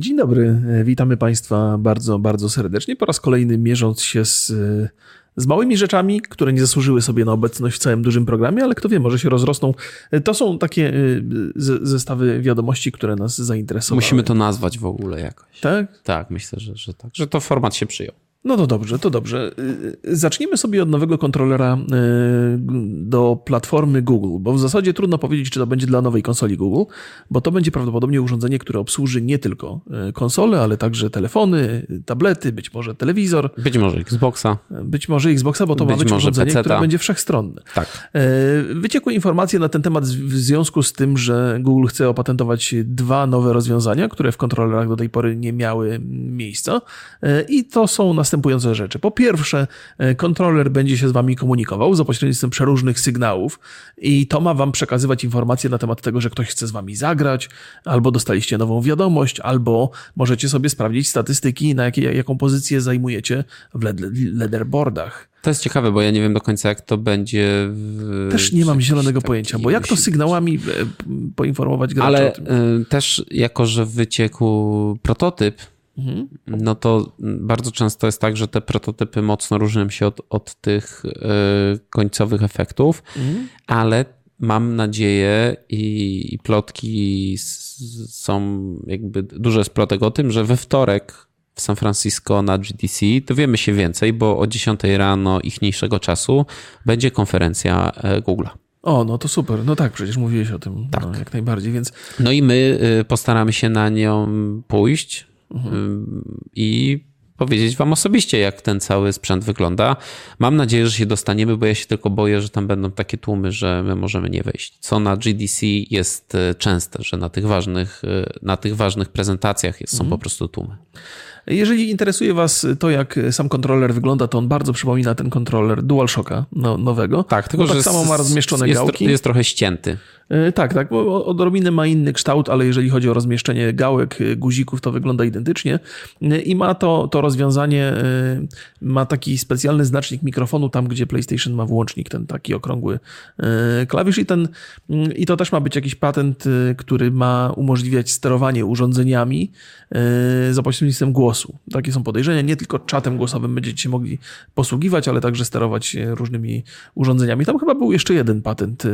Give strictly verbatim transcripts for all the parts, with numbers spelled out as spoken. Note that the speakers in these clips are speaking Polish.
Dzień dobry, witamy Państwa bardzo, bardzo serdecznie. Po raz kolejny mierząc się z, z małymi rzeczami, które nie zasłużyły sobie na obecność w całym dużym programie, ale kto wie, może się rozrosną. To są takie z, zestawy wiadomości, które nas zainteresowały. Musimy to nazwać w ogóle jakoś. Tak? Tak, myślę, że, że tak, że to format się przyjął. No to dobrze, to dobrze. Zacznijmy sobie od nowego kontrolera do platformy Google, bo w zasadzie trudno powiedzieć, czy to będzie dla nowej konsoli Google, bo to będzie prawdopodobnie urządzenie, które obsłuży nie tylko konsole, ale także telefony, tablety, być może telewizor. Być może Xboxa. Być może Xboxa, bo to być ma być urządzenie, peceta. które będzie wszechstronne. Tak. Wyciekły informacje na ten temat w związku z tym, że Google chce opatentować dwa nowe rozwiązania, które w kontrolerach do tej pory nie miały miejsca i to są następne następujące rzeczy. Po pierwsze, kontroler będzie się z wami komunikował za pośrednictwem przeróżnych sygnałów i to ma wam przekazywać informacje na temat tego, że ktoś chce z wami zagrać, albo dostaliście nową wiadomość, albo możecie sobie sprawdzić statystyki, na jakie, jaką pozycję zajmujecie w leaderboardach. To jest ciekawe, bo ja nie wiem do końca, jak to będzie... W... Też nie mam zielonego pojęcia, bo jak to sygnałami poinformować gracza Ale o tym? też jako, że wyciekł prototyp, Mhm. no to bardzo często jest tak, że te prototypy mocno różnią się od, od tych y, końcowych efektów, mhm. ale mam nadzieję i, i plotki s, są jakby, dużo jest plotek o tym, że we wtorek w San Francisco na G D C dowiemy się więcej, bo o dziesiątej rano ichniejszego czasu będzie konferencja Google'a. O, no to super. No tak, przecież mówiłeś o tym tak. No, jak najbardziej, więc... No i my postaramy się na nią pójść, Mhm. i powiedzieć wam osobiście, jak ten cały sprzęt wygląda. Mam nadzieję, że się dostaniemy, bo ja się tylko boję, że tam będą takie tłumy, że my możemy nie wejść. Co na G D C jest częste, że na tych ważnych, na tych ważnych prezentacjach jest, są mhm. po prostu tłumy. Jeżeli interesuje was to, jak sam kontroler wygląda, to on bardzo przypomina ten kontroler DualShocka no, nowego. Tak, tylko tak że samo ma rozmieszczone jest, gałki. Jest trochę ścięty. Tak, tak, bo odrobinę ma inny kształt, ale jeżeli chodzi o rozmieszczenie gałek, guzików, to wygląda identycznie. I ma to, to rozwiązanie, ma taki specjalny znacznik mikrofonu tam, gdzie PlayStation ma włącznik, ten taki okrągły klawisz i ten, i to też ma być jakiś patent, który ma umożliwiać sterowanie urządzeniami za pośrednictwem głosu. Takie są podejrzenia, nie tylko czatem głosowym będziecie się mogli posługiwać, ale także sterować różnymi urządzeniami. Tam chyba był jeszcze jeden patent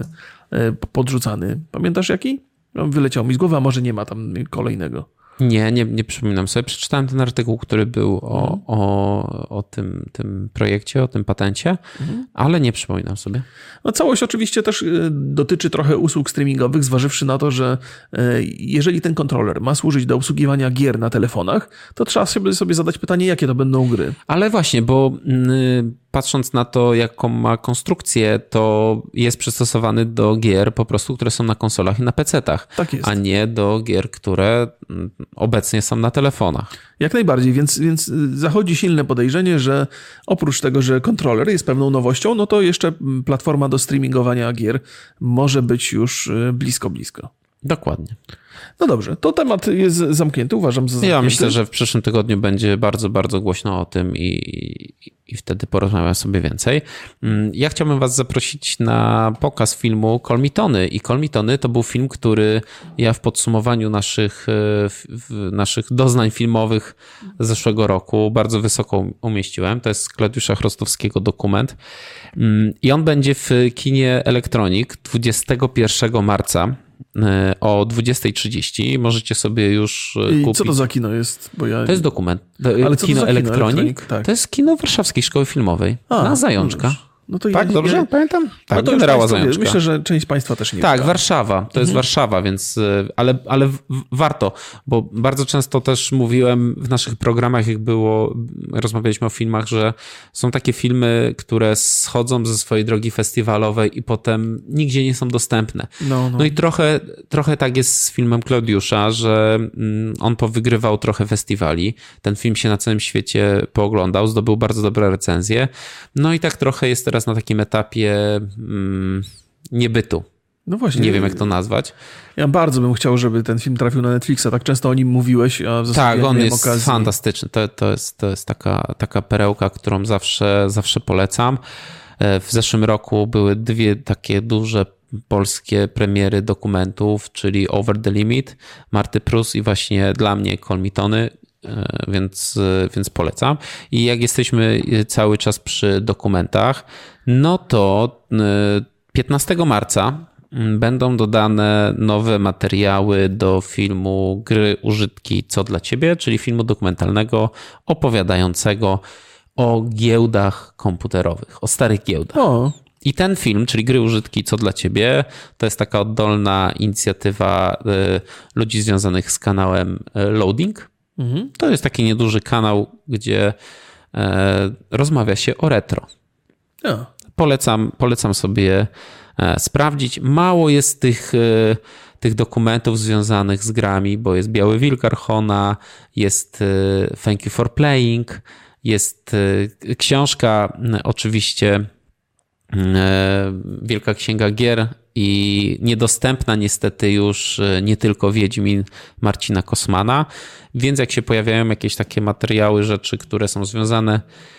podrzucany. Pamiętasz jaki? Wyleciał mi z głowy, a może nie ma tam kolejnego. Nie, nie, nie przypominam sobie. Przeczytałem ten artykuł, który był o, mhm. o, o tym, tym projekcie, o tym patencie, mhm. ale nie przypominam sobie. No całość oczywiście też dotyczy trochę usług streamingowych, zważywszy na to, że jeżeli ten kontroler ma służyć do obsługiwania gier na telefonach, to trzeba sobie zadać pytanie, jakie to będą gry. Ale właśnie, bo patrząc na to, jaką ma konstrukcję, to jest przystosowany do gier po prostu, które są na konsolach i na pecetach, tak jest. A nie do gier, które obecnie są na telefonach. Jak najbardziej, więc, więc zachodzi silne podejrzenie, że oprócz tego, że kontroler jest pewną nowością, no to jeszcze platforma do streamingowania gier może być już blisko, blisko. Dokładnie. No dobrze, to temat jest zamknięty, uważam za zamknięty. Ja myślę, że w przyszłym tygodniu będzie bardzo, bardzo głośno o tym i, i wtedy porozmawiam sobie więcej. Ja chciałbym was zaprosić na pokaz filmu Call Me Tony i Call Me Tony to był film, który ja w podsumowaniu naszych, w naszych doznań filmowych z zeszłego roku bardzo wysoko umieściłem. To jest Klaudiusza Chrostowskiego dokument i on będzie w kinie Elektronik dwudziestego pierwszego marca o dwudziestej trzydzieści. Możecie sobie już I kupić. Co to za kino jest? Bo ja... To jest dokument. Ale co kino to za kino Elektronik? Tak. To jest kino Warszawskiej Szkoły Filmowej. A, na Zajączka. No no to tak, ja, dobrze? Ja... Pamiętam? Tak, no to generała Zajączka. Myślę, że część państwa też nie Tak, wie. Warszawa. To mhm. jest Warszawa, więc ale, ale warto, bo bardzo często też mówiłem w naszych programach, jak było, rozmawialiśmy o filmach, że są takie filmy, które schodzą ze swojej drogi festiwalowej i potem nigdzie nie są dostępne. No, no. no i trochę, trochę tak jest z filmem Klaudiusza, że on powygrywał trochę festiwali. Ten film się na całym świecie pooglądał, zdobył bardzo dobre recenzje. No i tak trochę jest teraz na takim etapie mm, niebytu. No właśnie. Nie wiem, jak to nazwać. Ja bardzo bym chciał, żeby ten film trafił na Netflixa. Tak często o nim mówiłeś, a w zasadzie tak, on nie jest okazji. fantastyczny. To, to jest, to jest taka, taka perełka, którą zawsze, zawsze polecam. W zeszłym roku były dwie takie duże polskie premiery dokumentów, czyli Over the Limit, Marty Prus i właśnie dla mnie Call Me Tony, więc, więc polecam. I jak jesteśmy cały czas przy dokumentach, no to piętnastego marca będą dodane nowe materiały do filmu Gry Użytki Co dla Ciebie, czyli filmu dokumentalnego opowiadającego o giełdach komputerowych, o starych giełdach. O. I ten film, czyli Gry Użytki Co dla Ciebie, to jest taka oddolna inicjatywa ludzi związanych z kanałem Loading. Mhm. To jest taki nieduży kanał, gdzie rozmawia się o retro. O. Polecam, polecam sobie sprawdzić. Mało jest tych, tych dokumentów związanych z grami, bo jest Biały Wilk Archona, jest Thank You for Playing, jest książka oczywiście Wielka Księga Gier i niedostępna niestety już nie tylko Wiedźmin Marcina Kosmana, więc jak się pojawiają jakieś takie materiały, rzeczy, które są związane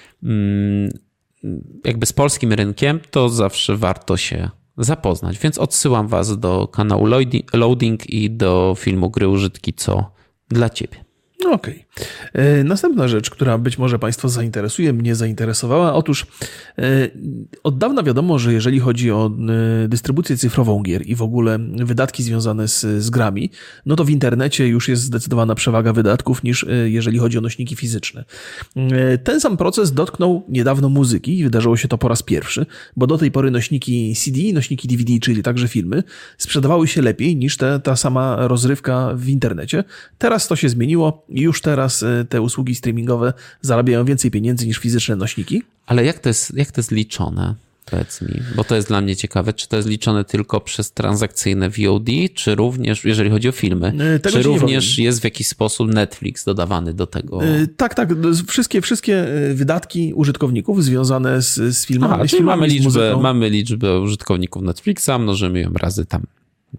jakby z polskim rynkiem, to zawsze warto się zapoznać, więc odsyłam was do kanału Loading i do filmu Gry Użytki Co dla Ciebie. Okej. Okay. Następna rzecz, która być może Państwa zainteresuje, mnie zainteresowała. Otóż od dawna wiadomo, że jeżeli chodzi o dystrybucję cyfrową gier i w ogóle wydatki związane z, z grami, no to w internecie już jest zdecydowana przewaga wydatków niż jeżeli chodzi o nośniki fizyczne. Ten sam proces dotknął niedawno muzyki i wydarzyło się to po raz pierwszy, bo do tej pory nośniki C D, nośniki D V D, czyli także filmy, sprzedawały się lepiej niż te, ta sama rozrywka w internecie. Teraz to się zmieniło. I już teraz te usługi streamingowe zarabiają więcej pieniędzy niż fizyczne nośniki. Ale jak to jest, jak to jest liczone? Powiedz mi, bo to jest dla mnie ciekawe. Czy to jest liczone tylko przez transakcyjne V O D, czy również, jeżeli chodzi o filmy, tego czy również jest w jakiś sposób Netflix dodawany do tego? Tak, tak. Wszystkie, wszystkie wydatki użytkowników związane z, z filmami. Aha, z czyli filmami, mamy liczbę, mamy liczbę użytkowników Netflixa, mnożymy ją razy tam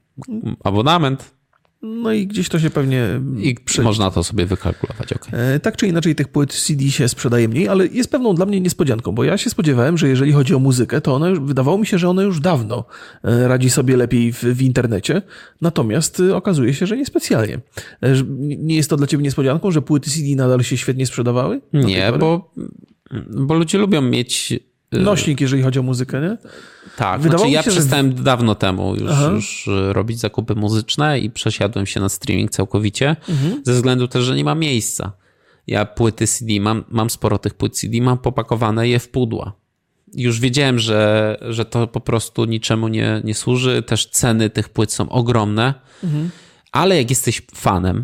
abonament. No i gdzieś to się pewnie... I przy... można to sobie wykalkulować, okay. Tak czy inaczej tych płyt C D się sprzedaje mniej, ale jest pewną dla mnie niespodzianką, bo ja się spodziewałem, że jeżeli chodzi o muzykę, to ona już, wydawało mi się, że ona już dawno radzi sobie lepiej w, w internecie, natomiast okazuje się, że niespecjalnie. Nie jest to dla ciebie niespodzianką, że płyty C D nadal się świetnie sprzedawały? Nie, bo, bo ludzie lubią mieć... Nośnik, jeżeli chodzi o muzykę, nie? Tak, znaczy ja się, przestałem że... dawno temu już, już robić zakupy muzyczne i przesiadłem się na streaming całkowicie, mhm. ze względu też, że nie ma miejsca. Ja płyty C D, mam, mam sporo tych płyt C D, mam popakowane je w pudła. Już wiedziałem, że, że to po prostu niczemu nie, nie służy. Też ceny tych płyt są ogromne, mhm. ale jak jesteś fanem,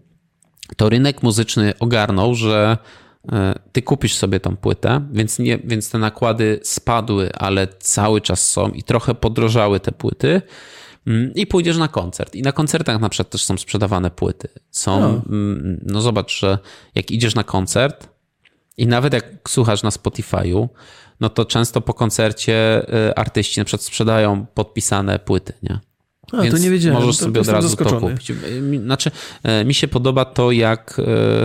to rynek muzyczny ogarnął, że ty kupisz sobie tą płytę, więc, nie, więc te nakłady spadły, ale cały czas są i trochę podrożały te płyty i pójdziesz na koncert. I na koncertach na przykład też są sprzedawane płyty. Są, no, no zobacz, że jak idziesz na koncert i nawet jak słuchasz na Spotify'u, no to często po koncercie artyści na przykład sprzedają podpisane płyty, nie? A, więc to nie wiedziałem. możesz to sobie od razu to kupić. Znaczy, mi się podoba to, jak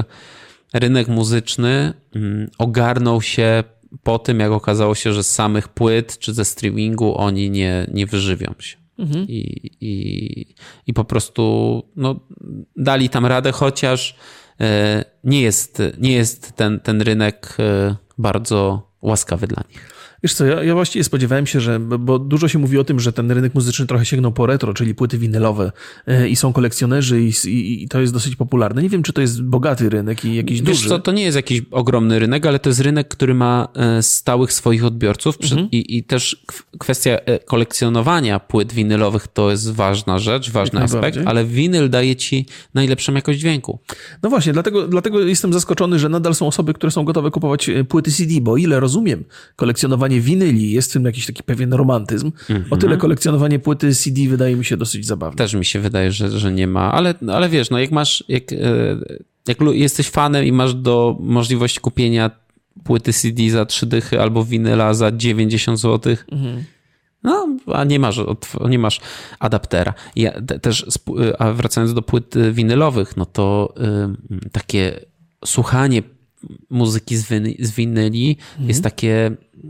rynek muzyczny ogarnął się po tym, jak okazało się, że z samych płyt czy ze streamingu oni nie, nie wyżywią się. Mhm. I, i, I po prostu no, dali tam radę, chociaż nie jest, nie jest ten, ten rynek bardzo łaskawy dla nich. Wiesz co, ja, ja właściwie spodziewałem się, że, bo dużo się mówi o tym, że ten rynek muzyczny trochę sięgnął po retro, czyli płyty winylowe i są kolekcjonerzy i, i, i to jest dosyć popularne. Nie wiem, czy to jest bogaty rynek i jakiś Wiesz duży. Wiesz co, to nie jest jakiś ogromny rynek, ale to jest rynek, który ma stałych swoich odbiorców mhm. i, i też kwestia kolekcjonowania płyt winylowych to jest ważna rzecz, ważny aspekt, ale winyl daje ci najlepszą jakość dźwięku. No właśnie, dlatego, dlatego jestem zaskoczony, że nadal są osoby, które są gotowe kupować płyty C D, bo o ile rozumiem kolekcjonowanie winyli, jest w tym jakiś taki pewien romantyzm. Mm-hmm. O tyle kolekcjonowanie płyty C D wydaje mi się dosyć zabawne. Też mi się wydaje, że, że nie ma, ale, ale wiesz, no jak masz, jak, jak jesteś fanem i masz do możliwość kupienia płyty C D za trzy dychy albo winyla za dziewięćdziesiąt złotych, mm-hmm. no, a nie masz, nie masz adaptera. Ja też, a wracając do płyt winylowych, no to y, takie słuchanie muzyki z, winy, z winyli mhm. jest takie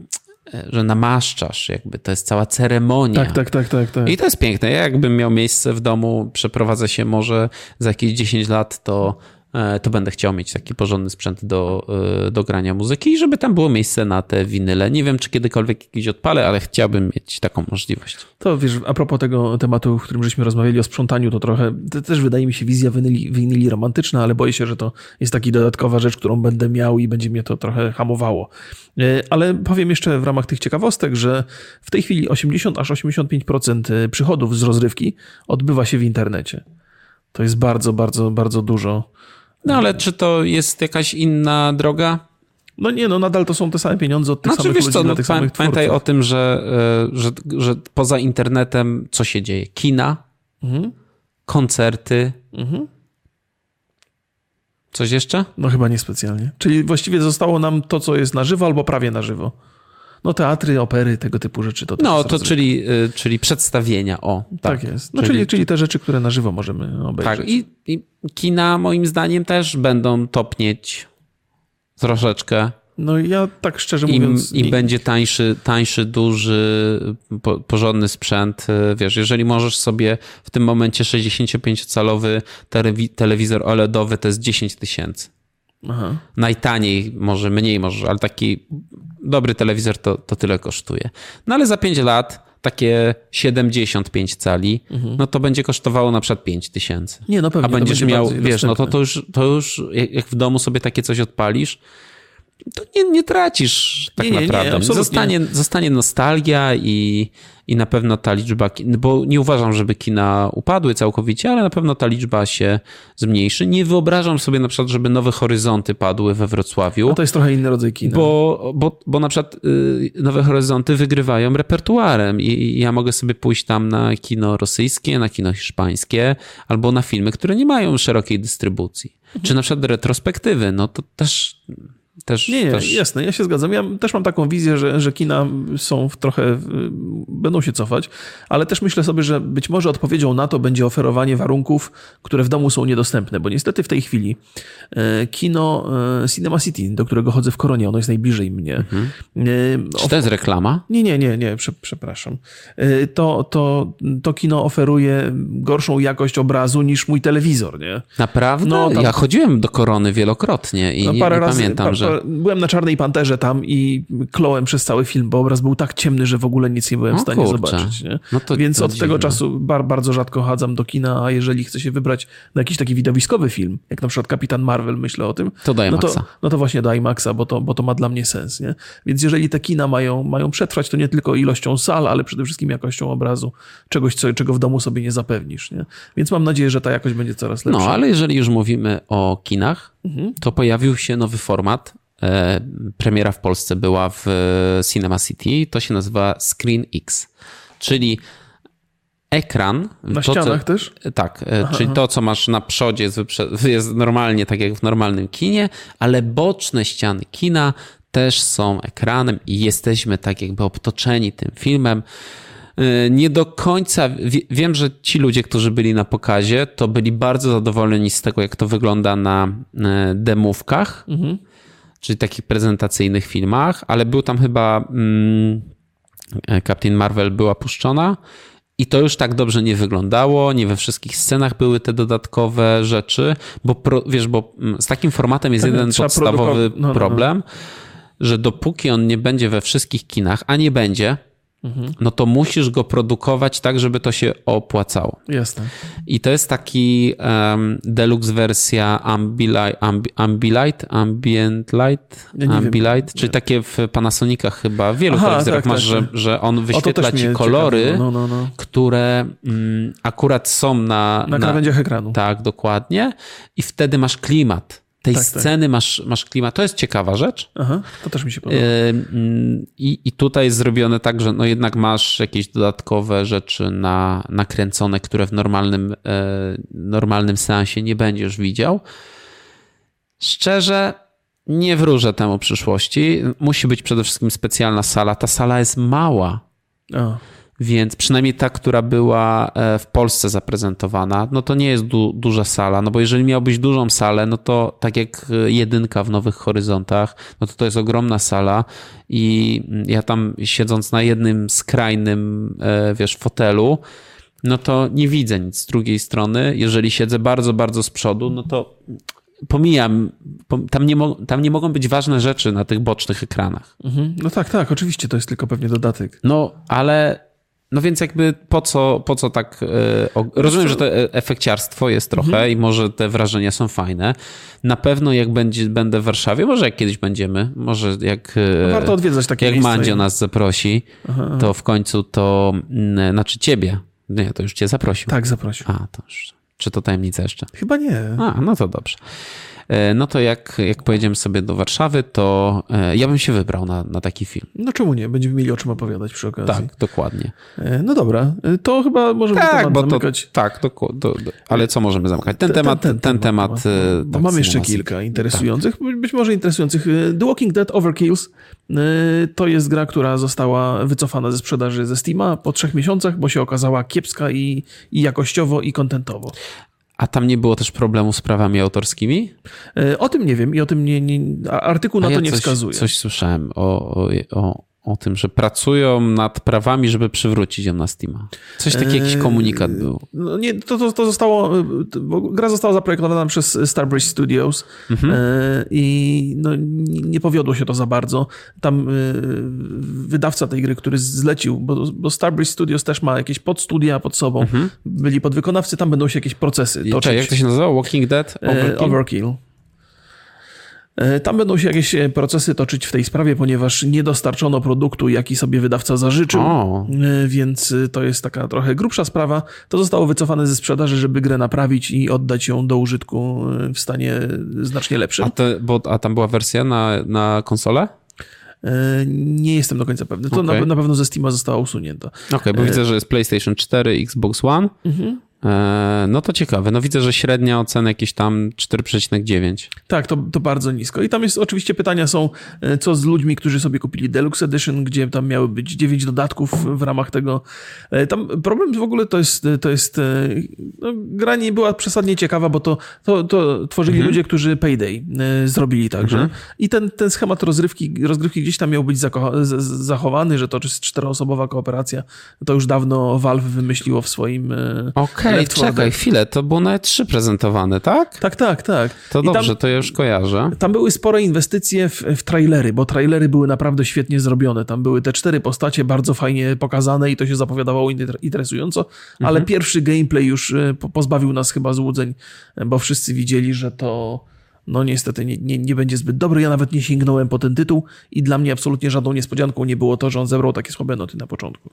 że namaszczasz, jakby to jest cała ceremonia. Tak, tak, tak, tak, tak. I to jest piękne. Ja jakbym miał miejsce w domu, przeprowadzę się może za jakieś dziesięć lat, to, to będę chciał mieć taki porządny sprzęt do, do grania muzyki i żeby tam było miejsce na te winyle. Nie wiem, czy kiedykolwiek jakiś odpalę, ale chciałbym mieć taką możliwość. To wiesz, a propos tego tematu, w którym żeśmy rozmawiali o sprzątaniu, to trochę, to też wydaje mi się wizja winyli, winyli romantyczna, ale boję się, że to jest taka dodatkowa rzecz, którą będę miał i będzie mnie to trochę hamowało. Ale powiem jeszcze w ramach tych ciekawostek, że w tej chwili osiemdziesiąt aż osiemdziesiąt pięć procent przychodów z rozrywki odbywa się w internecie. To jest bardzo, bardzo, bardzo dużo. No ale czy to jest jakaś inna droga? No nie, no nadal to są te same pieniądze od tych znaczy, samych wiesz ludzi co, dla no, tych pa- samych Pamiętaj twórców. o tym, że, że, że poza internetem co się dzieje? Kina, Mhm. koncerty, Mhm. coś jeszcze? No chyba niespecjalnie. Czyli właściwie zostało nam to, co jest na żywo albo prawie na żywo. No teatry, opery, tego typu rzeczy. To też No jest to rozrywka. czyli, czyli przedstawienia, o. Tak, Tak, jest. No czyli, czyli, czyli te rzeczy, które na żywo możemy obejrzeć. Tak, i, i kina moim zdaniem też będą topnieć troszeczkę. No ja tak szczerze Im, mówiąc... im nie- będzie tańszy, tańszy, duży, po, porządny sprzęt, wiesz, jeżeli możesz sobie w tym momencie sześćdziesięciopięciocalowy telewi- telewizor O L E D owy to jest dziesięć tysięcy. Aha. Najtaniej, może mniej możesz, ale taki dobry telewizor to, to tyle kosztuje. No ale za pięć lat takie siedemdziesiąt pięć cali, Mhm. no to będzie kosztowało na przykład pięć tysięcy. Nie, no pewnie. A będziesz to będzie miał, bardziej wiesz, no to, dostępne. to, już, to już jak w domu sobie takie coś odpalisz, to nie, nie tracisz tak Nie, nie, nie, naprawdę. absolutnie. zostanie, zostanie nostalgia i, i na pewno ta liczba, kin- bo nie uważam, żeby kina upadły całkowicie, ale na pewno ta liczba się zmniejszy. Nie wyobrażam sobie na przykład, żeby Nowe Horyzonty padły we Wrocławiu. No to jest trochę inny rodzaj kina. Bo, bo, bo na przykład y, Nowe Horyzonty wygrywają repertuarem i, i ja mogę sobie pójść tam na kino rosyjskie, na kino hiszpańskie albo na filmy, które nie mają szerokiej dystrybucji. Mhm. Czy na przykład retrospektywy, no to też... też Nie, nie, też... jasne, ja się zgadzam. Ja też mam taką wizję, że, że kina są w trochę, będą się cofać, ale też myślę sobie, że być może odpowiedzią na to będzie oferowanie warunków, które w domu są niedostępne, bo niestety w tej chwili e, kino e, Cinema City, do którego chodzę w Koronie, ono jest najbliżej mnie. Mhm. E, Czy to jest reklama? Nie, nie, nie, nie, prze, przepraszam. E, To, to, to kino oferuje gorszą jakość obrazu niż mój telewizor, nie? Naprawdę? No, tam- Ja chodziłem do Korony wielokrotnie i No, nie, parę nie razy, pamiętam, pa, że... pa, byłem na Czarnej Panterze tam i klołem przez cały film, bo obraz był tak ciemny, że w ogóle nic nie byłem O w stanie kurczę. zobaczyć. Nie? No to- Więc to od dziwne. tego czasu bar, bardzo rzadko chadzam do kina, a jeżeli chcę się wybrać na jakiś taki widowiskowy film, jak na przykład Kapitan Marvel, myślę o tym, To do no to, IMAXa. no to właśnie do IMAXa, bo to, bo to ma dla mnie sens. Nie? Więc jeżeli te kina mają, mają przetrwać, to nie tylko ilością sal, ale przede wszystkim jakością obrazu, czegoś, co, czego w domu sobie nie zapewnisz. Nie? Więc mam nadzieję, że ta jakość będzie coraz lepsza. No, ale jeżeli już mówimy o kinach, Mhm. to pojawił się nowy format. E, Premiera w Polsce była w e, Cinema City. To się nazywa Screen X, czyli ekran. Na to, ścianach co, też? Tak, e, czyli to, co masz na przodzie jest, wyprze- jest normalnie tak jak w normalnym kinie, ale boczne ściany kina też są ekranem i jesteśmy tak jakby obtoczeni tym filmem. Nie do końca, wie- wiem, że ci ludzie, którzy byli na pokazie, to byli bardzo zadowoleni z tego, jak to wygląda na e, demówkach, Mhm. czyli takich prezentacyjnych filmach, ale był tam chyba mm, Captain Marvel była puszczona i to już tak dobrze nie wyglądało, nie we wszystkich scenach były te dodatkowe rzeczy, bo pro, wiesz, bo mm, z takim formatem jest Tak, jeden trzeba podstawowy produkować- no, no, no. problem, że dopóki on nie będzie we wszystkich kinach, a nie będzie, no to musisz go produkować tak, żeby to się opłacało. Jasne. I to jest taki um, deluxe wersja Ambilight, ambi, Ambilight, Ambient Light, Ja nie Ambilight, wiem. czyli Nie. takie w Panasonicach chyba, w wielu Aha, telewizorach tak, masz, tak, że, tak. że on O, to wyświetla też ci mnie kolory, ciekawiło. No, no, no. które mm, akurat są na... Na krawędziach ekranu. Tak, dokładnie. I wtedy masz klimat. Tej Tak, tak. sceny masz, masz klimat. To jest ciekawa rzecz. Aha, to też mi się podoba. Ym, I, I tutaj jest zrobione tak, że no jednak masz jakieś dodatkowe rzeczy na, nakręcone, które w normalnym, e, normalnym seansie nie będziesz widział. Szczerze, nie wróżę temu przyszłości. Musi być przede wszystkim specjalna sala. Ta sala jest mała. O. Więc przynajmniej ta, która była w Polsce zaprezentowana, no to nie jest du- duża sala, no bo jeżeli miałbyś dużą salę, no to tak jak jedynka w Nowych Horyzontach, no to to jest ogromna sala i ja tam siedząc na jednym skrajnym, wiesz, fotelu, no to nie widzę nic z drugiej strony. Jeżeli siedzę bardzo, bardzo z przodu, no to pomijam, tam nie, mo- tam nie mogą być ważne rzeczy na tych bocznych ekranach. Mhm. No tak, tak, oczywiście, to jest tylko pewnie dodatek. No, ale no więc jakby po co, po co tak... E, o, rozumiem, że to efekciarstwo jest trochę mhm. i może te wrażenia są fajne. Na pewno jak będzie, będę w Warszawie, może jak kiedyś będziemy, może jak... No warto odwiedzać takie Jak miejsca. Mandzio nas zaprosi, aha, aha. to w końcu to... Znaczy ciebie. Nie, to już cię zaprosił. Tak, zaprosił. A, to już... Czy to tajemnica jeszcze? Chyba nie. A, no to dobrze. No to jak, jak pojedziemy sobie do Warszawy, to ja bym się wybrał na, na taki film. No czemu nie? Będziemy mieli o czym opowiadać przy okazji. Tak, dokładnie. No dobra, to chyba możemy tak, temat bo zamykać. To, tak, do, do, do, ale co możemy zamykać? Ten, ten temat, ten, ten, ten temat... temat bo tak, mamy jeszcze kilka interesujących, tak. być może interesujących. The Walking Dead Overkills to jest gra, która została wycofana ze sprzedaży ze Steama po trzech miesiącach, bo się okazała kiepska i, i jakościowo, i kontentowo. A tam nie było też problemu z prawami autorskimi? O tym nie wiem i o tym nie, nie artykuł na A to ja nie coś, wskazuje. Coś słyszałem o, o, o, o tym, że pracują nad prawami, żeby przywrócić ją na Steama. Coś takiego, jakiś komunikat był. No nie, to, to, to zostało, bo gra została zaprojektowana przez Starbreeze Studios mhm. i no, nie powiodło się to za bardzo. Tam wydawca tej gry, który zlecił, bo, bo Starbreeze Studios też ma jakieś podstudia pod sobą, mhm. byli podwykonawcy, tam będą się jakieś procesy toczyć. Czekaj, jak to się nazywa? Walking Dead? Overkill? Overkill. Tam będą się jakieś procesy toczyć w tej sprawie, ponieważ nie dostarczono produktu, jaki sobie wydawca zażyczył, o. więc to jest taka trochę grubsza sprawa. To zostało wycofane ze sprzedaży, żeby grę naprawić i oddać ją do użytku w stanie znacznie lepszym. A, te, bo, a tam była wersja na, na konsolę? Nie jestem do końca pewny. To okay. na, na pewno ze Steama została usunięta. Okej, okay, bo e... widzę, że jest PlayStation cztery, Xbox One. Mhm. No to ciekawe. No widzę, że średnia ocena jakieś tam cztery przecinek dziewięć. Tak, to, to bardzo nisko. I tam jest oczywiście pytania są, co z ludźmi, którzy sobie kupili Deluxe Edition, gdzie tam miały być dziewięć dodatków w ramach tego. Tam problem w ogóle to jest, to jest no, gra nie była przesadnie ciekawa, bo to, to, to tworzyli mhm. ludzie, którzy Payday zrobili także. Mhm. I ten, ten schemat rozrywki, rozgrywki gdzieś tam miał być zakocha- z- zachowany, że to jest czteroosobowa kooperacja. To już dawno Valve wymyśliło w swoim Okej. Ej, czekaj chwilę, to było na E trzy prezentowane, tak? Tak, tak, tak. To I dobrze, tam, to ja już kojarzę. Tam były spore inwestycje w, w trailery, bo trailery były naprawdę świetnie zrobione. Tam były te cztery postacie bardzo fajnie pokazane i to się zapowiadało interesująco, mhm. ale pierwszy gameplay już pozbawił nas chyba złudzeń, bo wszyscy widzieli, że to no niestety nie, nie, nie będzie zbyt dobry. Ja nawet nie sięgnąłem po ten tytuł i dla mnie absolutnie żadną niespodzianką nie było to, że on zebrał takie słabe noty na początku.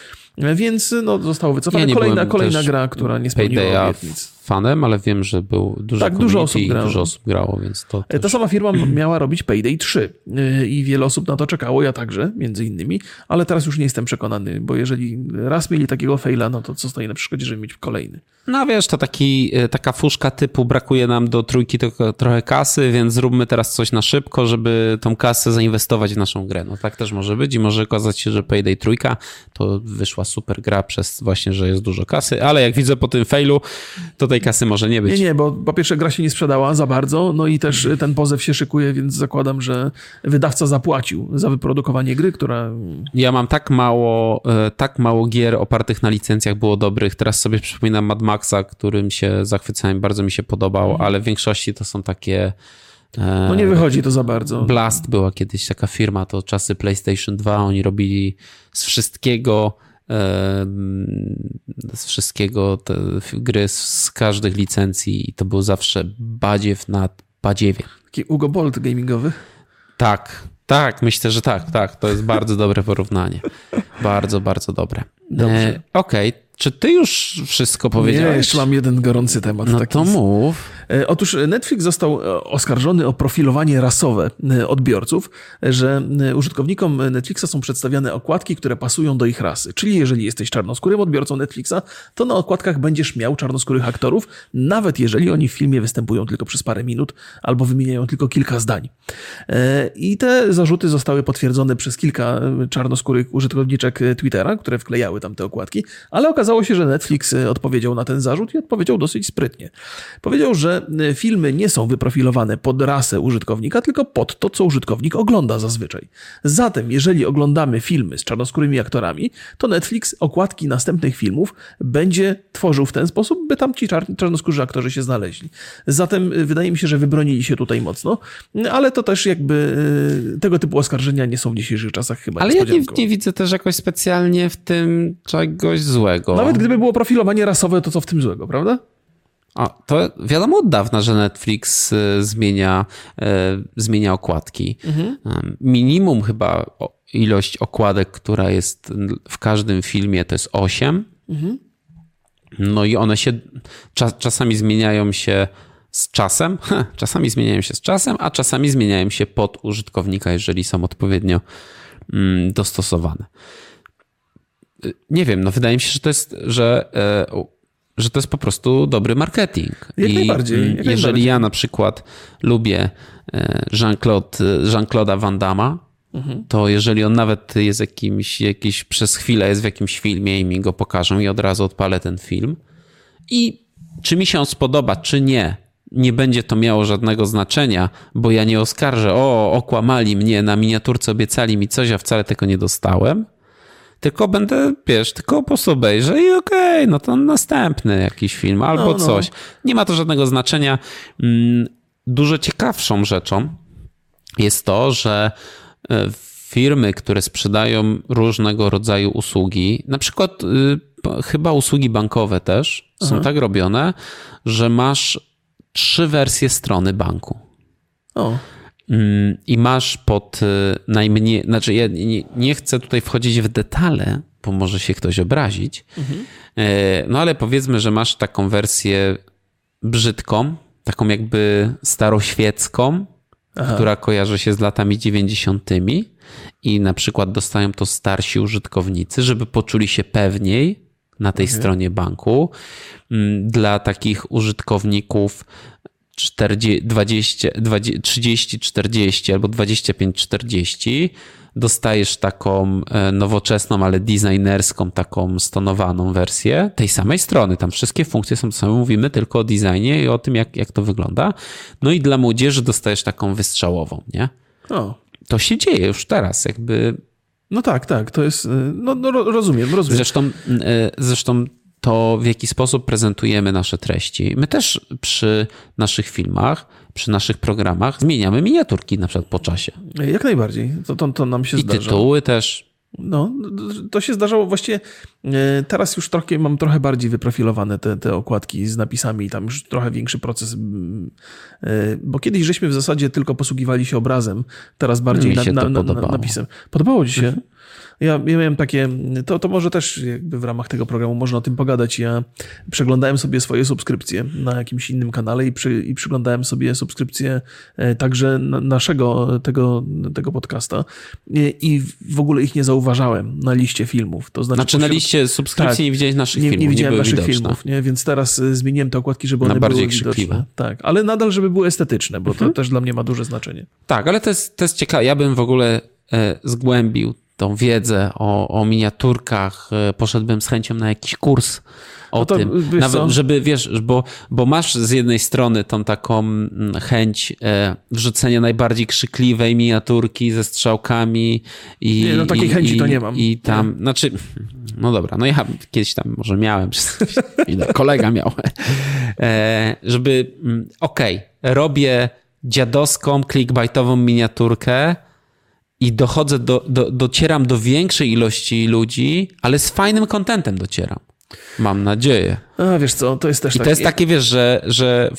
Więc no, zostało wycofane. Ja kolejna kolejna gra, która nie spełniła obietnic. Fanem, ale wiem, że był duży tak, dużo osób i grało. dużo osób grało, więc to też... Ta sama firma miała robić Payday trzy i wiele osób na to czekało, ja także, między innymi, ale teraz już nie jestem przekonany, bo jeżeli raz mieli takiego faila, no to co stoi na przeszkodzie, żeby mieć kolejny. No wiesz, to taki, taka fuszka typu brakuje nam do trójki tylko trochę kasy, więc zróbmy teraz coś na szybko, żeby tą kasę zainwestować w naszą grę. No tak też może być i może okazać się, że Payday trójka to wyszła super gra przez właśnie, że jest dużo kasy, ale jak widzę po tym failu, to tej kasy może nie być. Nie, nie, bo po pierwsze gra się nie sprzedała za bardzo, no i też ten pozew się szykuje, więc zakładam, że wydawca zapłacił za wyprodukowanie gry, która... Ja mam tak mało, tak mało gier opartych na licencjach było dobrych. Teraz sobie przypominam Mad Maxa, którym się zachwycałem, bardzo mi się podobał, mhm. ale w większości to są takie... No nie wychodzi to za bardzo. Blast była kiedyś taka firma, to czasy PlayStation dwa, oni robili z wszystkiego z wszystkiego te gry z każdych licencji i to był zawsze badziew nad badziewiem. Taki Ugo Bolt gamingowy? Tak, tak, myślę, że tak, tak. To jest bardzo dobre porównanie. Bardzo, bardzo dobre. Dobrze. E, Okej, okay. Czy ty już wszystko powiedziałeś? Nie, jeszcze mam jeden gorący temat. No taki to mów. Otóż Netflix został oskarżony o profilowanie rasowe odbiorców, że użytkownikom Netflixa są przedstawiane okładki, które pasują do ich rasy. Czyli jeżeli jesteś czarnoskórym odbiorcą Netflixa, to na okładkach będziesz miał czarnoskórych aktorów, nawet jeżeli oni w filmie występują tylko przez parę minut albo wymieniają tylko kilka zdań. I te zarzuty zostały potwierdzone przez kilka czarnoskórych użytkowniczek Twittera, które wklejały tam te okładki, ale okazało się, że Netflix odpowiedział na ten zarzut i odpowiedział dosyć sprytnie. Powiedział, że filmy nie są wyprofilowane pod rasę użytkownika, tylko pod to, co użytkownik ogląda zazwyczaj. Zatem, jeżeli oglądamy filmy z czarnoskórymi aktorami, to Netflix okładki następnych filmów będzie tworzył w ten sposób, by tam ci czar- czarnoskórzy aktorzy się znaleźli. Zatem wydaje mi się, że wybronili się tutaj mocno, ale to też jakby tego typu oskarżenia nie są w dzisiejszych czasach chyba Ale ja nie, nie widzę też jakoś specjalnie w tym czegoś złego. Nawet gdyby było profilowanie rasowe, to co w tym złego, prawda? A, to wiadomo od dawna, że Netflix y, zmienia, y, zmienia okładki. Mhm. Minimum chyba ilość okładek, która jest w każdym filmie, to jest osiem. Mhm. No i one się czas, czasami zmieniają się z czasem, czasami zmieniają się z czasem, a czasami zmieniają się pod użytkownika, jeżeli są odpowiednio mm, dostosowane. Nie wiem, no wydaje mi się, że to jest, że, e, że to jest po prostu dobry marketing. Jak I najbardziej. Jak jeżeli najbardziej. ja na przykład lubię Jean-Claude, Jean-Claude'a Van Damme'a, mhm. to jeżeli on nawet jest jakimś, jakiś przez chwilę jest w jakimś filmie i mi go pokażą i od razu odpalę ten film i czy mi się on spodoba, czy nie, nie będzie to miało żadnego znaczenia, bo ja nie oskarżę, o, okłamali mnie, na miniaturce obiecali mi coś, a wcale tego nie dostałem. Tylko będę, wiesz, tylko po prostu obejrzę i okej, okay, no to następny jakiś film albo no, no. coś. Nie ma to żadnego znaczenia. Dużo ciekawszą rzeczą jest to, że firmy, które sprzedają różnego rodzaju usługi, na przykład chyba usługi bankowe też są Aha. tak robione, że masz trzy wersje strony banku. O. I masz pod najmniej, znaczy ja nie, nie chcę tutaj wchodzić w detale, bo może się ktoś obrazić, mhm. no ale powiedzmy, że masz taką wersję brzydką, taką jakby staroświecką, Aha. która kojarzy się z latami dziewięćdziesiątymi i na przykład dostają to starsi użytkownicy, żeby poczuli się pewniej na tej okay. stronie banku. Dla takich użytkowników czterdzieści, dwadzieścia, trzydzieści czterdzieści albo dwadzieścia pięć czterdzieści dostajesz taką nowoczesną, ale designerską, taką stonowaną wersję tej samej strony. Tam wszystkie funkcje są te same. Mówimy tylko o designie i o tym, jak, jak to wygląda. No i dla młodzieży dostajesz taką wystrzałową, nie? O. To się dzieje już teraz, jakby... No tak, tak, to jest... No, no rozumiem, rozumiem. Zresztą, zresztą to w jaki sposób prezentujemy nasze treści. My też przy naszych filmach, przy naszych programach zmieniamy miniaturki na przykład po czasie. Jak najbardziej. To, to, to nam się I zdarza. I tytuły też. No, to się zdarzało właściwie. Teraz już trochę, mam trochę bardziej wyprofilowane te, te okładki z napisami i tam już trochę większy proces. Bo kiedyś żeśmy w zasadzie tylko posługiwali się obrazem, teraz bardziej Mi się na, to na, podobało. na, napisem. Podobało ci się? Mhm. Ja, ja miałem takie, to, to może też jakby w ramach tego programu można o tym pogadać. Ja przeglądałem sobie swoje subskrypcje na jakimś innym kanale i, przy, i przyglądałem sobie subskrypcje także naszego tego, tego podcasta i, i w ogóle ich nie zauważałem na liście filmów. To znaczy, znaczy pośród... na liście subskrypcji tak, nie widziałeś naszych nie, filmów, nie widziałem nie naszych widoczne. filmów, nie? Więc teraz zmieniłem te okładki, żeby one na bardziej były krzykliwe. Widoczne. Tak, ale nadal, żeby były estetyczne, bo mhm. to też dla mnie ma duże znaczenie. Tak, ale to jest, to jest ciekawe. Ja bym w ogóle e, zgłębił tą wiedzę o, o miniaturkach, poszedłbym z chęcią na jakiś kurs o no to, tym. Nawet, co? żeby, wiesz, bo, bo masz z jednej strony tą taką chęć e, wrzucenia najbardziej krzykliwej miniaturki ze strzałkami i... Nie, no takiej i, chęci i, to nie mam. I tam, nie. znaczy, no dobra, no ja kiedyś tam może miałem, kolega miał, e, żeby, okej, okay, robię dziadowską, clickbaitową miniaturkę, i dochodzę, do, do, docieram do większej ilości ludzi, ale z fajnym contentem docieram. Mam nadzieję. A wiesz co, to jest też I tak... to jest takie, wiesz, że, że w,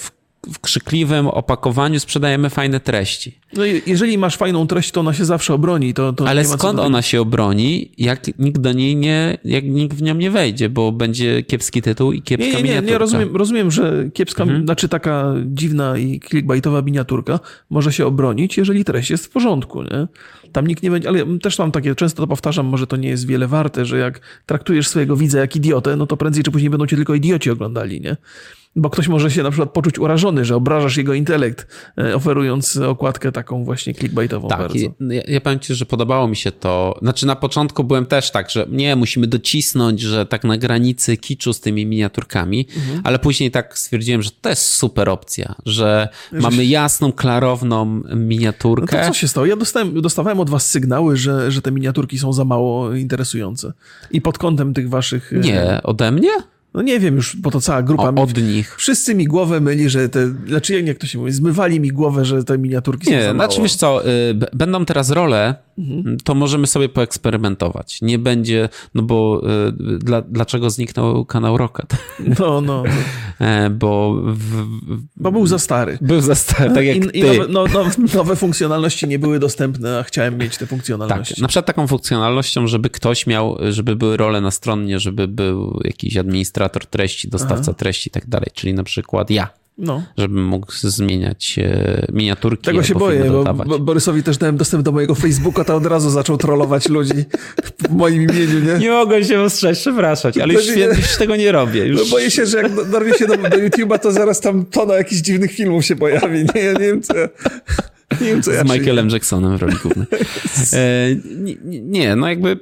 w krzykliwym opakowaniu sprzedajemy fajne treści. No i jeżeli masz fajną treść, to ona się zawsze obroni. To, to Ale nie ma skąd co ona się obroni, jak nikt do niej nie, jak nikt w nią nie wejdzie, bo będzie kiepski tytuł i kiepska nie, nie, nie, miniaturka. nie, rozumiem, rozumiem, że kiepska, Mhm. znaczy taka dziwna i clickbaitowa miniaturka może się obronić, jeżeli treść jest w porządku, nie? Tam nikt nie będzie, ale też mam takie, często to powtarzam, może to nie jest wiele warte, że jak traktujesz swojego widza jak idiotę, no to prędzej czy później będą cię tylko idioci oglądali, nie? Bo ktoś może się na przykład poczuć urażony, że obrażasz jego intelekt, oferując okładkę taką właśnie clickbaitową Tak, bardzo. ja, ja powiem ci, że podobało mi się to. Znaczy na początku byłem też tak, że nie, musimy docisnąć, że tak na granicy kiczu z tymi miniaturkami, mhm. ale później tak stwierdziłem, że to jest super opcja, że Wiesz, mamy jasną, klarowną miniaturkę. No to co się stało? Ja dostałem, dostawałem od was sygnały, że, że te miniaturki są za mało interesujące. I pod kątem tych waszych... Nie, ode mnie? No nie wiem już, bo to cała grupa... O, mi, od nich. Wszyscy mi głowę myli, że te... Znaczy jak to się mówi? Zmywali mi głowę, że te miniaturki nie, są za mało. Znaczy wiesz co, y, będą teraz role, mhm. to możemy sobie poeksperymentować. Nie będzie, no bo y, dla, dlaczego zniknął kanał Rocket? No, no. e, bo... W, bo był za stary. Był za stary, tak jak I, ty. I nowe, no, no, nowe funkcjonalności nie były dostępne, a chciałem mieć te funkcjonalności. Tak, na przykład taką funkcjonalnością, żeby ktoś miał, żeby były role na stronie, żeby był jakiś administrator treści, dostawca Aha. treści i tak dalej, czyli na przykład ja. No. Żebym mógł zmieniać e, miniaturki. Tego się boję, bo, bo Borysowi też dałem dostęp do mojego Facebooka, to od razu zaczął trollować ludzi w moim imieniu, nie? Nie mogłem się ostrzec, przepraszać, ale już, nie, już tego nie robię. Już... No boję się, że jak dorwie się do, do YouTube'a, to zaraz tam tona jakichś dziwnych filmów się pojawi. Nie, ja nie wiem co... Nie wiem, co Z ja Michaelem Jacksonem w roli głównej. E, nie, nie, no jakby...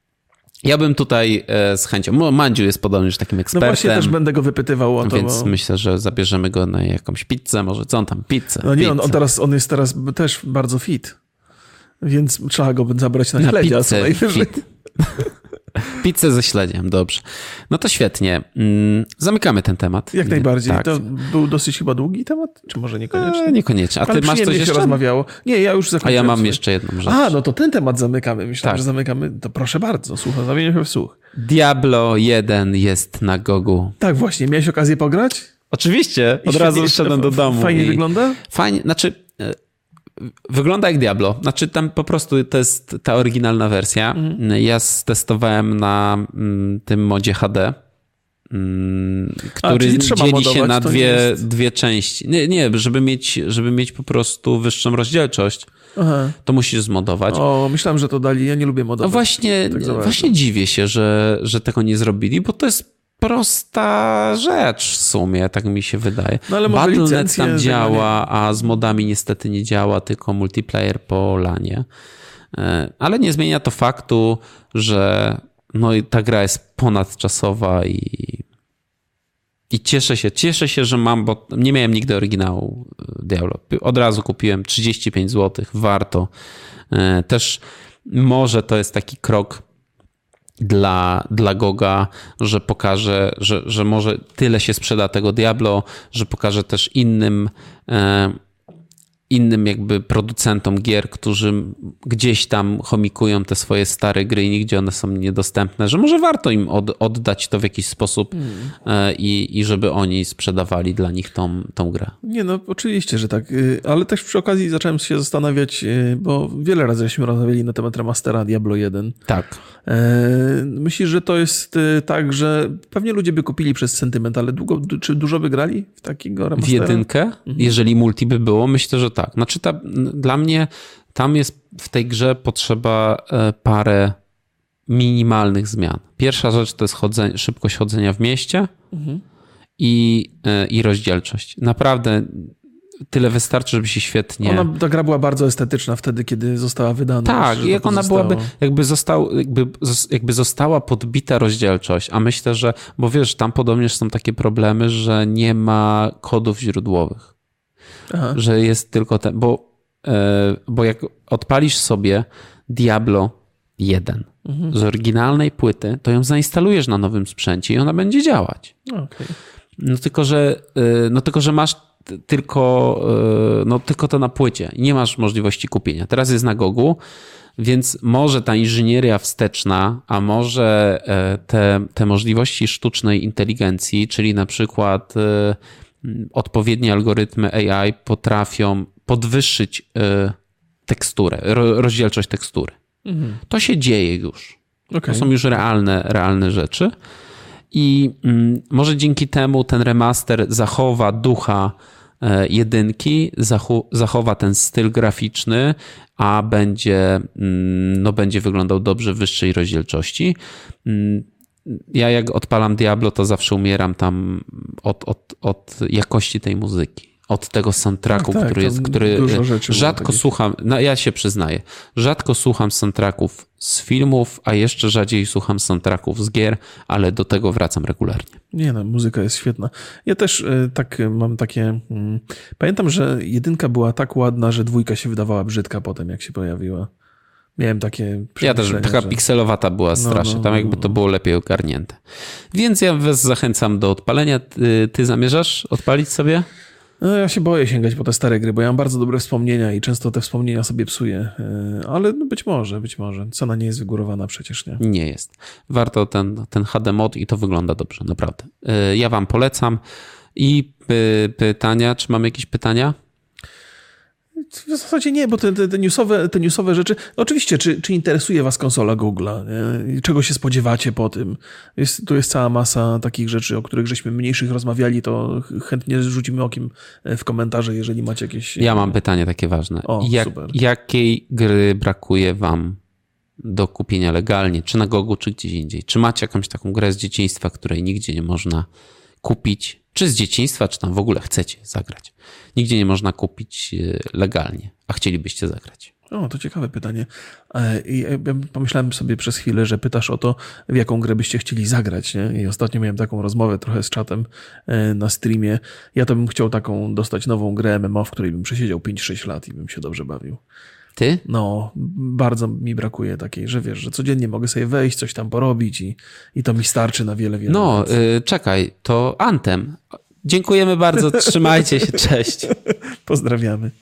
Ja bym tutaj e, z chęcią... Mandziu jest podobnie już takim ekspertem. No właśnie też będę go wypytywał o to. Więc bo... myślę, że zabierzemy go na jakąś pizzę, może co on tam, pizzę. No nie, pizzę. On, on, teraz, on jest teraz też bardzo fit. Więc trzeba go zabrać na, na śledzia. Pizzę, fit. Pizzę ze śledziem, dobrze. No to świetnie. Zamykamy ten temat. Jak najbardziej. Tak. To był dosyć chyba długi temat? Czy może niekoniecznie? E, niekoniecznie. A ty Ale masz coś jeszcze? się rozmawiało. Nie, ja już zakończyłem. A ja mam sobie. jeszcze jedną rzecz. A, no to ten temat zamykamy. Myślałem, tak. że zamykamy. To proszę bardzo. Słuchaj, zamienię się w słuch. Diablo jeden jest na Gogu. Tak, właśnie. Miałeś okazję pograć? Oczywiście. Od razu wszedłem do domu. Fajnie i... wygląda? Fajnie. Znaczy... Wygląda jak Diablo. Znaczy tam po prostu to jest ta oryginalna wersja. Mhm. Ja stestowałem na tym modzie H D, który A, dzieli modować, się na dwie, jest... dwie części. Nie, nie żeby, mieć, żeby mieć po prostu wyższą rozdzielczość, Aha. to musisz zmodować. O, myślałem, że to dali. Ja nie lubię modować. No właśnie, tak właśnie dziwię się, że, że tego nie zrobili, bo to jest prosta rzecz w sumie, tak mi się wydaje. No ale Battle dot net tam nie... działa, a z modami niestety nie działa, tylko multiplayer po lanie. Ale nie zmienia to faktu, że no i ta gra jest ponadczasowa i, i cieszę się, cieszę się, że mam, bo nie miałem nigdy oryginału Diablo. Od razu kupiłem trzydzieści pięć złotych, warto. Też może to jest taki krok dla, dla Goga, że pokaże, że, że może tyle się sprzeda tego Diablo, że pokaże też innym e, innym jakby producentom gier, którzy gdzieś tam chomikują te swoje stare gry i nigdzie one są niedostępne, że może warto im od, oddać to w jakiś sposób hmm. e, i, i żeby oni sprzedawali dla nich tą, tą grę. Nie, no oczywiście, że tak, ale też przy okazji zacząłem się zastanawiać, bo wiele razy żeśmy rozmawiali na temat remastera Diablo jeden. Tak. E, myślisz, że to jest tak, że pewnie ludzie by kupili przez sentyment, ale długo, czy dużo by grali w takiego remastera? W jedynkę? Mhm. Jeżeli multi by było, myślę, że tak. Znaczy ta, dla mnie tam jest w tej grze potrzeba parę minimalnych zmian. Pierwsza rzecz to jest chodzenie, szybkość chodzenia w mieście mhm. i, i rozdzielczość. Naprawdę tyle wystarczy, żeby się świetnie... Ona, ta gra była bardzo estetyczna wtedy, kiedy została wydana. Tak, i jak ona byłaby, jakby, został, jakby, jakby została podbita rozdzielczość, a myślę, że, bo wiesz, tam podobnie są takie problemy, że nie ma kodów źródłowych. Aha. Że jest tylko ten, bo, e, bo jak odpalisz sobie Diablo jeden mhm. z oryginalnej płyty, to ją zainstalujesz na nowym sprzęcie i ona będzie działać. Okay. No tylko, że, e, no tylko, że masz t- tylko, e, no tylko to na płycie. Nie masz możliwości kupienia. Teraz jest na Gogu, więc może ta inżynieria wsteczna, a może e, te, te możliwości sztucznej inteligencji, czyli na przykład e, odpowiednie algorytmy A I potrafią podwyższyć teksturę, rozdzielczość tekstury. Mhm. To się dzieje już. Okay. To są już realne, realne rzeczy. I może dzięki temu ten remaster zachowa ducha jedynki, zachowa ten styl graficzny, a będzie, no, będzie wyglądał dobrze w wyższej rozdzielczości. Ja jak odpalam Diablo, to zawsze umieram tam od, od, od jakości tej muzyki. Od tego soundtracku, tak, tak, który jest, który rzadko słucham, no ja się przyznaję, rzadko słucham soundtracków z filmów, a jeszcze rzadziej słucham soundtracków z gier, ale do tego wracam regularnie. Nie no, muzyka jest świetna. Ja też tak mam takie... Pamiętam, że jedynka była tak ładna, że dwójka się wydawała brzydka potem, jak się pojawiła. Miałem takie... Ja też, taka że... pikselowata była strasznie, no, no, tam jakby to było lepiej ogarnięte. Więc ja was zachęcam do odpalenia. Ty, ty zamierzasz odpalić sobie? No, ja się boję sięgać po te stare gry, bo ja mam bardzo dobre wspomnienia i często te wspomnienia sobie psuję. Ale no być może, być może. Cena nie jest wygórowana przecież, nie? Nie jest. Warto ten, ten H D mod i to wygląda dobrze, naprawdę. Ja wam polecam. I py, pytania, czy mamy jakieś pytania? W zasadzie nie, bo te, te, te, newsowe, te newsowe rzeczy... Oczywiście, czy, czy interesuje was konsola Google'a? Nie? Czego się spodziewacie po tym? Jest, tu jest cała masa takich rzeczy, o których żeśmy mniejszych rozmawiali, to chętnie rzucimy okiem w komentarze, jeżeli macie jakieś... Ja mam pytanie takie ważne. O, Jak, super. Jakiej gry brakuje wam do kupienia legalnie? Czy na Gogu, czy gdzieś indziej? Czy macie jakąś taką grę z dzieciństwa, której nigdzie nie można kupić? Czy z dzieciństwa, czy tam w ogóle chcecie zagrać? Nigdzie nie można kupić legalnie, a chcielibyście zagrać. O, to ciekawe pytanie. I ja pomyślałem sobie przez chwilę, że pytasz o to, w jaką grę byście chcieli zagrać, nie? I ostatnio miałem taką rozmowę trochę z czatem na streamie. Ja to bym chciał taką dostać nową grę M M O, w której bym przesiedział pięć sześć lat i bym się dobrze bawił. Ty? No, bardzo mi brakuje takiej, że wiesz, że codziennie mogę sobie wejść, coś tam porobić i, i to mi starczy na wiele, wiele no, lat. No, yy, czekaj, to Anthem. Dziękujemy bardzo, trzymajcie się, cześć. Pozdrawiamy.